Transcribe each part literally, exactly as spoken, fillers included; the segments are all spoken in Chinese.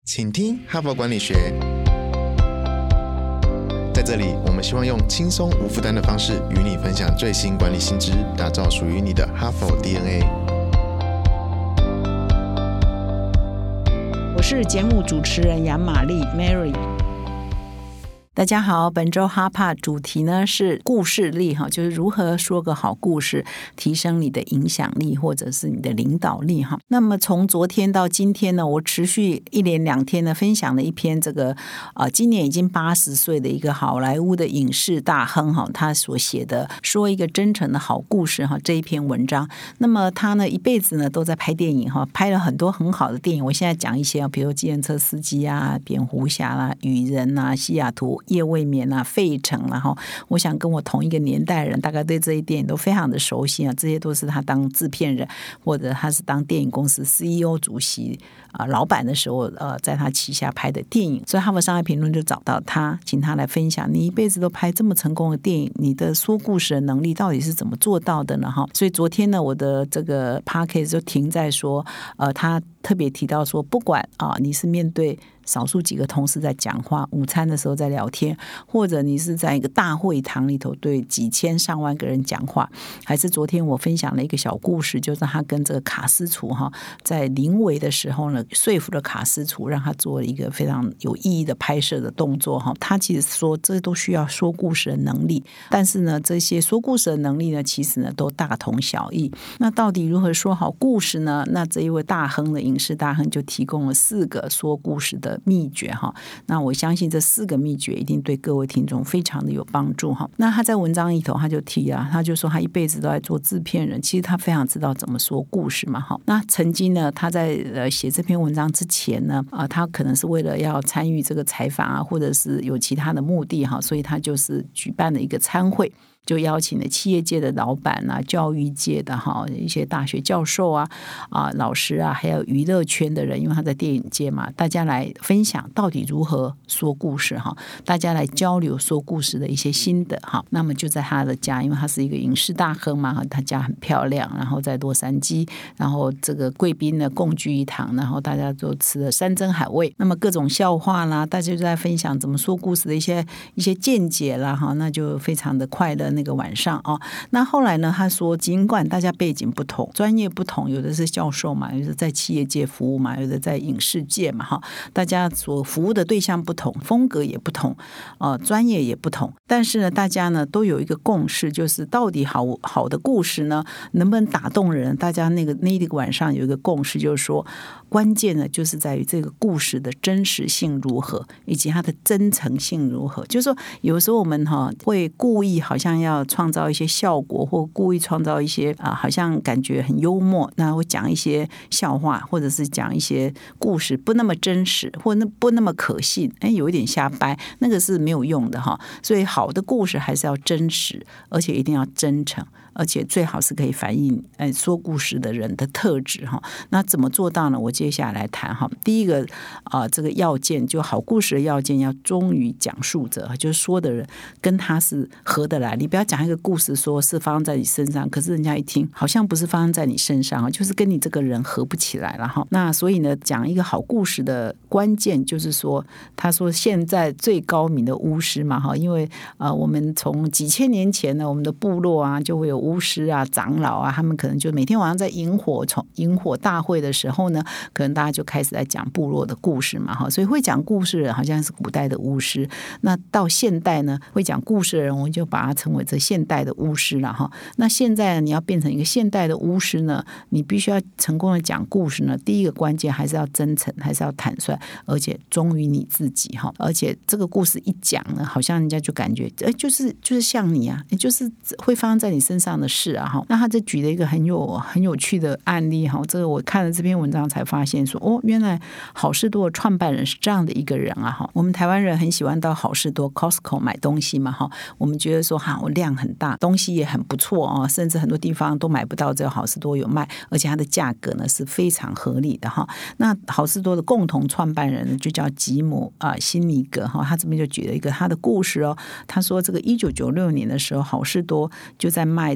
请听哈佛管理学。在这里，我们希望用轻松无负担的方式与你分享最新管理新知，打造属于你的哈佛 D N A。 我是节目主持人杨玛丽 Mary。大家好，本周哈帕主题呢是故事力，就是如何说个好故事，提升你的影响力或者是你的领导力。那么从昨天到今天呢，我持续一连两天呢分享了一篇这个呃，今年已经八十岁的一个好莱坞的影视大亨他所写的说一个真诚的好故事这一篇文章。那么他呢一辈子呢都在拍电影，拍了很多很好的电影。我现在讲一些，比如计程车司机啊、蝙蝠侠啦、雨人啊、西雅图夜未眠啊、费城啊，我想跟我同一个年代人大概对这些电影都非常的熟悉啊。这些都是他当制片人或者他是当电影公司 C E O 主席、呃、老板的时候呃，在他旗下拍的电影。所以哈佛商业评论就找到他，请他来分享，你一辈子都拍这么成功的电影，你的说故事的能力到底是怎么做到的呢？所以昨天呢，我的这个 podcast 就停在说呃，他特别提到说，不管啊，你是面对少数几个同事在讲话，午餐的时候在聊天，或者你是在一个大会堂里头对几千上万个人讲话，还是昨天我分享了一个小故事，就是他跟这个卡斯楚哈在临危的时候呢，说服了卡斯楚，让他做了一个非常有意义的拍摄的动作哈。他其实说这都需要说故事的能力，但是呢，这些说故事的能力呢，其实呢都大同小异。那到底如何说好故事呢？那这一位大亨的影视大亨就提供了四个说故事的秘诀哈，那我相信这四个秘诀一定对各位听众非常的有帮助哈。那他在文章里头他就提啊，他就说他一辈子都在做制片人，其实他非常知道怎么说故事嘛哈。那曾经呢，他在呃写这篇文章之前呢，啊、呃，他可能是为了要参与这个采访啊，或者是有其他的目的哈，所以他就是举办了一个餐会。就邀请了企业界的老板啊、教育界的哈一些大学教授啊、啊老师啊，还有娱乐圈的人，因为他在电影界嘛，大家来分享到底如何说故事哈，大家来交流说故事的一些心得哈。那么就在他的家，因为他是一个影视大亨嘛，他家很漂亮，然后在洛杉矶，然后这个贵宾呢共聚一堂，然后大家都吃了山珍海味，那么各种笑话啦，大家就在分享怎么说故事的一些一些见解啦哈，那就非常的快乐。那个晚上哦，那后来呢？他说，尽管大家背景不同、专业不同，有的是教授嘛，有的在企业界服务嘛，有的在影视界嘛，哈，大家所服务的对象不同，风格也不同，呃，专业也不同，但是呢，大家呢都有一个共识，就是到底好好的故事呢，能不能打动人？大家那个那个晚上有一个共识，就是说，关键呢就是在于这个故事的真实性如何，以及它的真诚性如何。就是说，有时候我们哈会故意好像要创造一些效果，或故意创造一些啊，好像感觉很幽默，那会讲一些笑话，或者是讲一些故事不那么真实，或那不那么可信，哎，有一点瞎掰，那个是没有用的哈。所以好的故事还是要真实，而且一定要真诚，而且最好是可以反映哎说故事的人的特质哈。那怎么做到呢？我接下来谈哈。第一个啊、呃，这个要件就好故事的要件要忠于讲述者，就是说的人跟他是合得来。你不要讲一个故事说是发生在你身上，可是人家一听好像不是发生在你身上，就是跟你这个人合不起来了哈。那所以呢，讲一个好故事的关键就是说，他说现在最高明的巫师嘛哈，因为呃我们从几千年前呢，我们的部落啊就会有巫师啊、长老啊，他们可能就每天晚上在萤火从萤火大会的时候呢，可能大家就开始在讲部落的故事嘛哈，所以会讲故事的人好像是古代的巫师。那到现代呢，会讲故事的人，我们就把它称为这现代的巫师了哈。那现在你要变成一个现代的巫师呢，你必须要成功的讲故事呢，第一个关键还是要真诚，还是要坦率，而且忠于你自己哈。而且这个故事一讲呢，好像人家就感觉哎，就是就是像你啊，就是会发生在你身上的事啊哈。那他就举了一个很有很有趣的案例哈，这个我看了这篇文章才发现说，哦，原来好事多的创办人是这样的一个人啊哈。我们台湾人很喜欢到好事多 Costco 买东西嘛哈，我们觉得说哈，我量很大，东西也很不错哦，甚至很多地方都买不到，只有好事多有卖，而且它的价格呢是非常合理的哈。那好事多的共同创办人呢就叫吉姆啊、呃、辛尼格哈，他这边就举了一个他的故事哦。他说这个一九九六年的时候，好事多就在卖这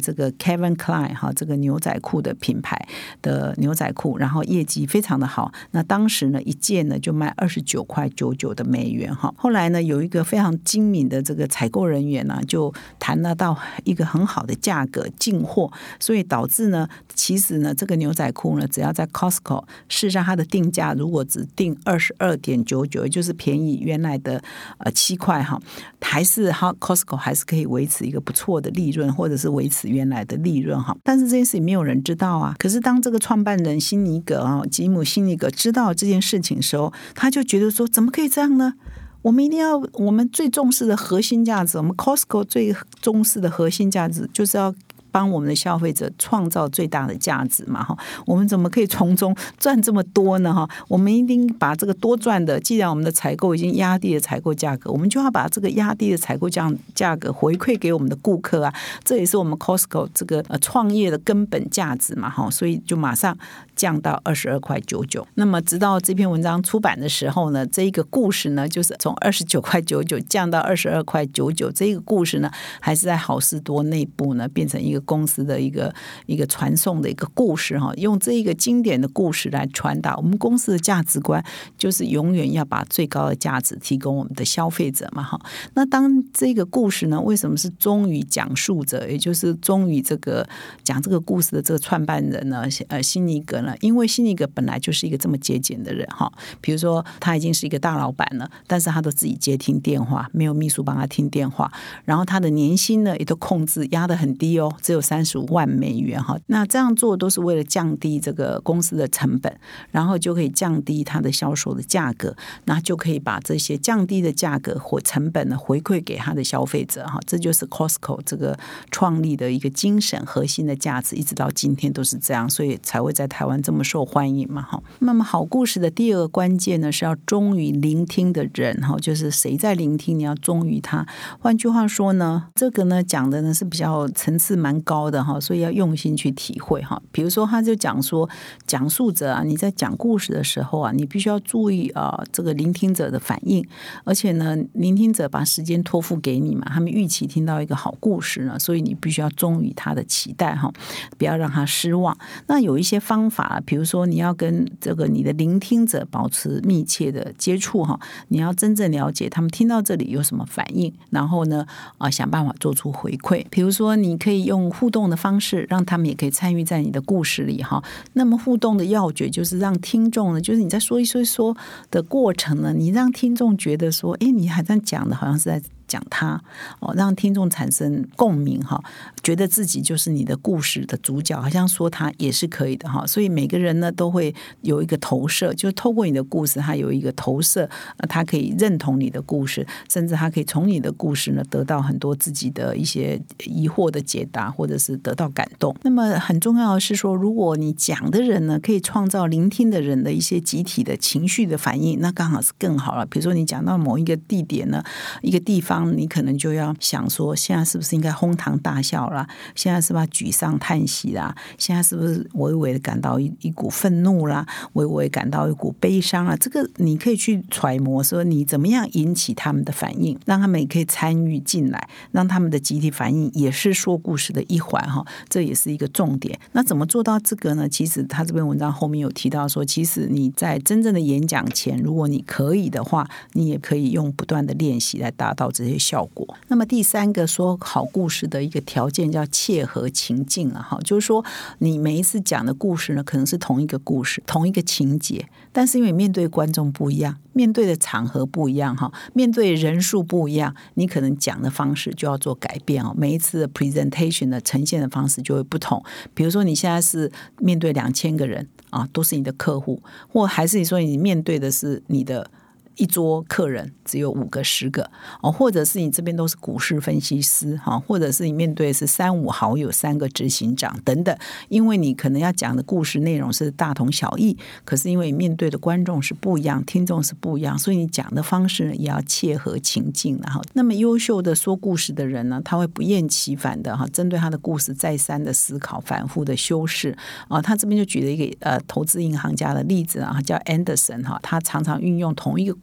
这个 Calvin Klein 哈，这个牛仔裤的品牌的牛仔裤，然后业绩非常的好。那当时呢，一件呢就卖二十九块九九的美元哈。后来呢，有一个非常精明的这个采购人员呢，就谈得到一个很好的价格进货，所以导致呢，其实呢，这个牛仔裤呢，只要在 Costco， 事实上它的定价如果只定二十二点九九，也就是便宜原来的呃七块哈，还是哈 Costco 还是可以维持一个不错的利润，或者是维持原来的利润哈。但是这件事情没有人知道啊。可是当这个创办人辛尼格啊，吉姆辛尼格知道这件事情的时候，他就觉得说，怎么可以这样呢？我们一定要，我们最重视的核心价值，我们 Costco 最重视的核心价值就是要帮我们的消费者创造最大的价值嘛，我们怎么可以从中赚这么多呢？我们一定把这个多赚的，既然我们的采购已经压低了采购价格，我们就要把这个压低的采购价格回馈给我们的顾客啊，这也是我们 Costco 这个创业的根本价值嘛，所以就马上降到二十二块九九。那么直到这篇文章出版的时候呢，这一个故事呢，就是从二十九块九九降到二十二块九九，这个故事呢，还是在好事多内部呢，变成一个公司的一个一个传送的一个故事哈，用这一个经典的故事来传达我们公司的价值观，就是永远要把最高的价值提供我们的消费者嘛哈。那当这个故事呢，为什么是忠于讲述者，也就是忠于这个讲这个故事的这个创办人呢？呃，辛尼格呢，因为辛尼格本来就是一个这么节俭的人哈。比如说他已经是一个大老板了，但是他都自己接听电话，没有秘书帮他听电话，然后他的年薪呢也都控制压得很低哦，只有三十五万美元哈。那这样做都是为了降低这个公司的成本，然后就可以降低它的销售的价格，那就可以把这些降低的价格或成本呢回馈给他的消费者哈。这就是 Costco 这个创立的一个精神核心的价值，一直到今天都是这样，所以才会在台湾这么受欢迎嘛哈。那么好故事的第二个关键呢，是要忠于聆听的人哈，就是谁在聆听，你要忠于他。换句话说呢，这个呢讲的呢是比较层次蛮高的哈，所以要用心去体会哈。比如说，他就讲说，讲述者啊，你在讲故事的时候啊，你必须要注意啊、呃、这个聆听者的反应，而且呢，聆听者把时间托付给你嘛，他们预期听到一个好故事呢，所以你必须要忠于他的期待哈，不要让他失望。那有一些方法，比如说你要跟这个你的聆听者保持密切的接触哈，你要真正了解他们听到这里有什么反应，然后呢啊、呃、想办法做出回馈。比如说，你可以用互动的方式，让他们也可以参与在你的故事里哈。那么互动的要诀就是让听众呢，就是你在说一说一说的过程呢，你让听众觉得说，哎，你好像讲的好像是在讲他哦，让听众产生共鸣哈，觉得自己就是你的故事的主角，好像说他也是可以的哈。所以每个人呢都会有一个投射，就透过你的故事，他有一个投射，他可以认同你的故事，甚至他可以从你的故事呢得到很多自己的一些疑惑的解答，或者是得到感动。那么很重要的是说，如果你讲的人呢可以创造聆听的人的一些集体的情绪的反应，那刚好是更好了。比如说你讲到某一个地点呢，一个地方，你可能就要想说，现在是不是应该哄堂大笑啦？现在是不是举上叹息啦？现在是不是微微的感到 一, 一股愤怒啦？微微感到一股悲伤啦？这个你可以去揣摩说，你怎么样引起他们的反应，让他们也可以参与进来，让他们的集体反应也是说故事的一环哈，这也是一个重点。那怎么做到这个呢？其实他这篇文章后面有提到说，其实你在真正的演讲前，如果你可以的话，你也可以用不断的练习来达到这些效果。那么第三个说好故事的一个条件叫切合情境啊，就是说你每一次讲的故事呢，可能是同一个故事，同一个情节，但是因为面对观众不一样，面对的场合不一样哈，面对人数不一样，你可能讲的方式就要做改变哦。每一次的 presentation 的呈现的方式就会不同。比如说你现在是面对两千个人啊，都是你的客户，或还是你说你面对的是你的一桌客人只有五个十个、哦、或者是你这边都是股市分析师、哦、或者是你面对的是三五好友三个执行长等等，因为你可能要讲的故事内容是大同小异，可是因为面对的观众是不一样，听众是不一样，所以你讲的方式也要切合情境。然后那么优秀的说故事的人呢，他会不厌其烦的、哦、针对他的故事再三的思考，反复的修饰、哦、他这边就举了一个、呃、投资银行家的例子、啊、叫 Anderson、哦、他常常运用同一个故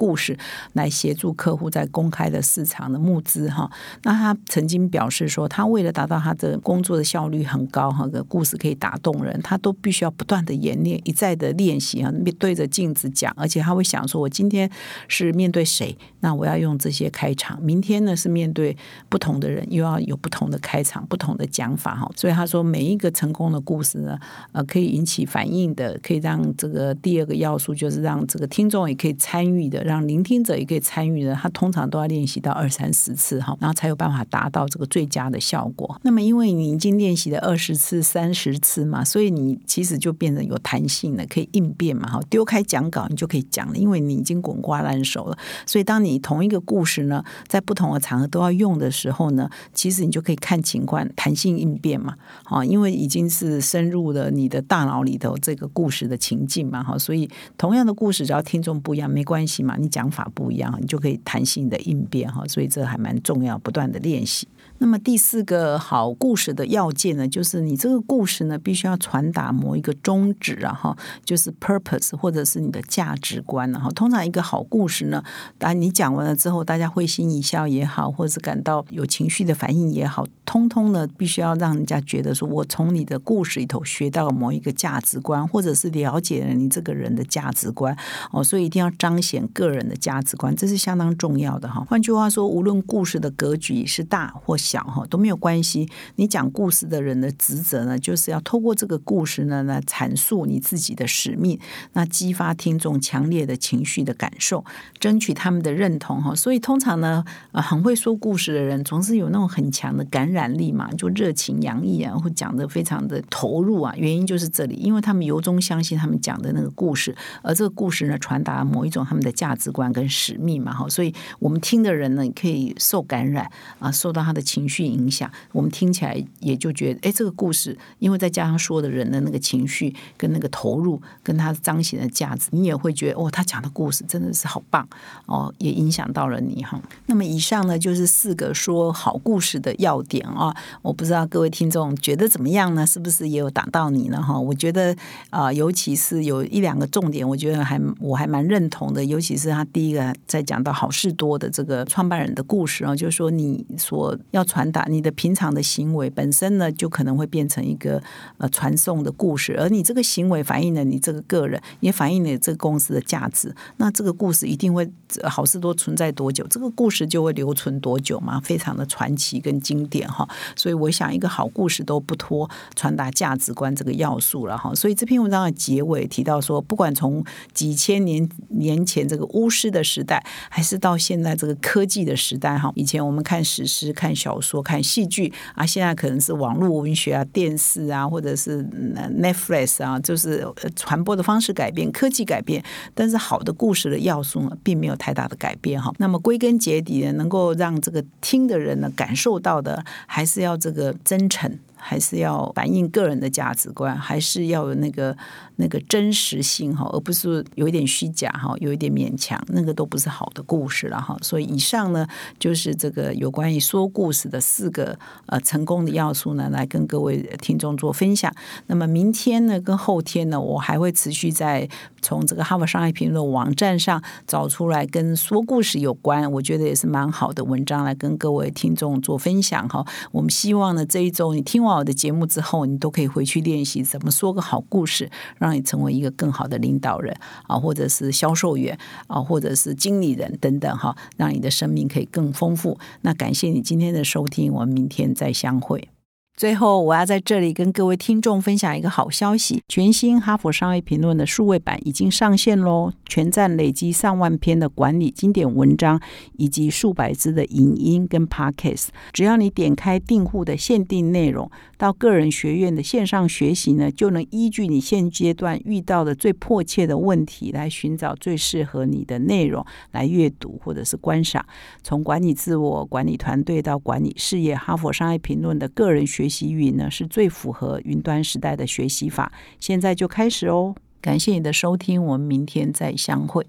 故事来协助客户在公开的市场的募资哈。那他曾经表示说，他为了达到他的工作的效率很高哈，个故事可以打动人，他都必须要不断的演练，一再的练习哈，对着镜子讲，而且他会想说，我今天是面对谁，那我要用这些开场，明天呢是面对不同的人，又要有不同的开场，不同的讲法哈。所以他说，每一个成功的故事呢，呃，可以引起反应的，可以让这个第二个要素就是让这个听众也可以参与的，让聆听者也可以参与的，他通常都要练习到二三十次哈，然后才有办法达到这个最佳的效果。那么因为你已经练习了二十次、三十次嘛，所以你其实就变得有弹性了，可以应变嘛哈。丢开讲稿你就可以讲了，因为你已经滚瓜烂熟了。所以当你同一个故事呢，在不同的场合都要用的时候呢，其实你就可以看情况弹性应变嘛，哈，因为已经是深入了你的大脑里头这个故事的情境嘛，哈，所以同样的故事只要听众不一样没关系嘛，你讲法不一样，你就可以弹性的应变哈，所以这还蛮重要，不断的练习。那么第四个好故事的要件呢，就是你这个故事呢必须要传达某一个宗旨啊，哈，就是 purpose 或者是你的价值观啊。通常一个好故事呢，当然你讲完了之后，大家会心一笑也好，或者是感到有情绪的反应也好，通通呢必须要让人家觉得说，我从你的故事里头学到某一个价值观，或者是了解了你这个人的价值观哦，所以一定要彰显个人的价值观，这是相当重要的哈。换句话说，无论故事的格局是大或小哈都没有关系，你讲故事的人的职责呢，就是要透过这个故事呢来阐述你自己的使命，那激发听众强烈的情绪的感受，争取他们的认同哈。所以通常呢，呃，很会说故事的人总是有那种很强的感染力嘛，就热情洋溢啊，或讲得非常的投入啊。原因就是这里，因为他们由衷相信他们讲的那个故事，而这个故事呢传达某一种他们的价值观跟使命嘛哈。所以我们听的人呢，可以受感染啊，受到他的情绪影响，我们听起来也就觉得，哎，这个故事，因为再加上说的人的那个情绪跟那个投入，跟他彰显的价值，你也会觉得，哦，他讲的故事真的是好棒哦，也影响到了你哈。那么以上呢，就是四个说好故事的要点啊，我不知道各位听众觉得怎么样呢？是不是也有打到你呢？哈，我觉得啊、呃，尤其是有一两个重点，我觉得还我还蛮认同的，尤其是他第一个在讲到好事多的这个创办人的故事啊，就是说你所要传达你的平常的行为本身呢，就可能会变成一个呃传送的故事，而你这个行为反映了你这个个人，也反映了这个公司的价值。那这个故事一定会好事多存在多久，这个故事就会留存多久嘛，非常的传奇跟经典哈。所以我想一个好故事都不脱传达价值观这个要素了哈。所以这篇文章的结尾提到说，不管从几千年年前这个巫师的时代，还是到现在这个科技的时代哈，以前我们看史诗、看小说、看戏剧啊，现在可能是网络文学啊、电视啊，或者是 Netflix 啊，就是传播的方式改变，科技改变，但是好的故事的要素呢，并没有太大的改变哈。那么归根结底呢，能够让这个听的人呢感受到的，还是要这个真诚，还是要反映个人的价值观，还是要有那个那个真实性哈，而不是有一点虚假哈，有一点勉强，那个都不是好的故事了哈。所以以上呢，就是这个有关于说故事的四个呃成功的要素呢，来跟各位听众做分享。那么明天呢，跟后天呢，我还会持续在从这个哈佛商业评论网站上找出来跟说故事有关，我觉得也是蛮好的文章来跟各位听众做分享哈。我们希望呢，这一周你听完我的节目之后，你都可以回去练习怎么说个好故事，让你成为一个更好的领导人啊，或者是销售员啊，或者是经理人等等哈，让你的生命可以更丰富。那感谢你今天的收听，我们明天再相会。最后我要在这里跟各位听众分享一个好消息，全新哈佛商业评论的数位版已经上线咯，全站累积上万篇的管理经典文章，以及数百支的影音跟 podcast。 只要你点开订户的限定内容，到个人学院的线上学习呢，就能依据你现阶段遇到的最迫切的问题，来寻找最适合你的内容来阅读或者是观赏。从管理自我、管理团队到管理事业，哈佛商业评论的个人学习云呢，是最符合云端时代的学习法。现在就开始哦！感谢你的收听，我们明天再相会。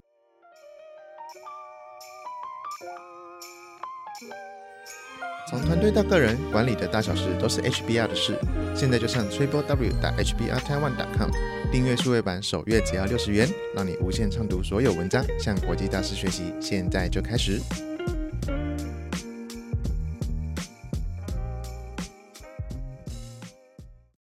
从团队到个人，管理的大小事都是 H B R 的事。现在就上 triple w 点 h b r taiwan 点 com 订阅数位版，首月只要六十元，让你无限畅读所有文章，向国际大师学习。现在就开始。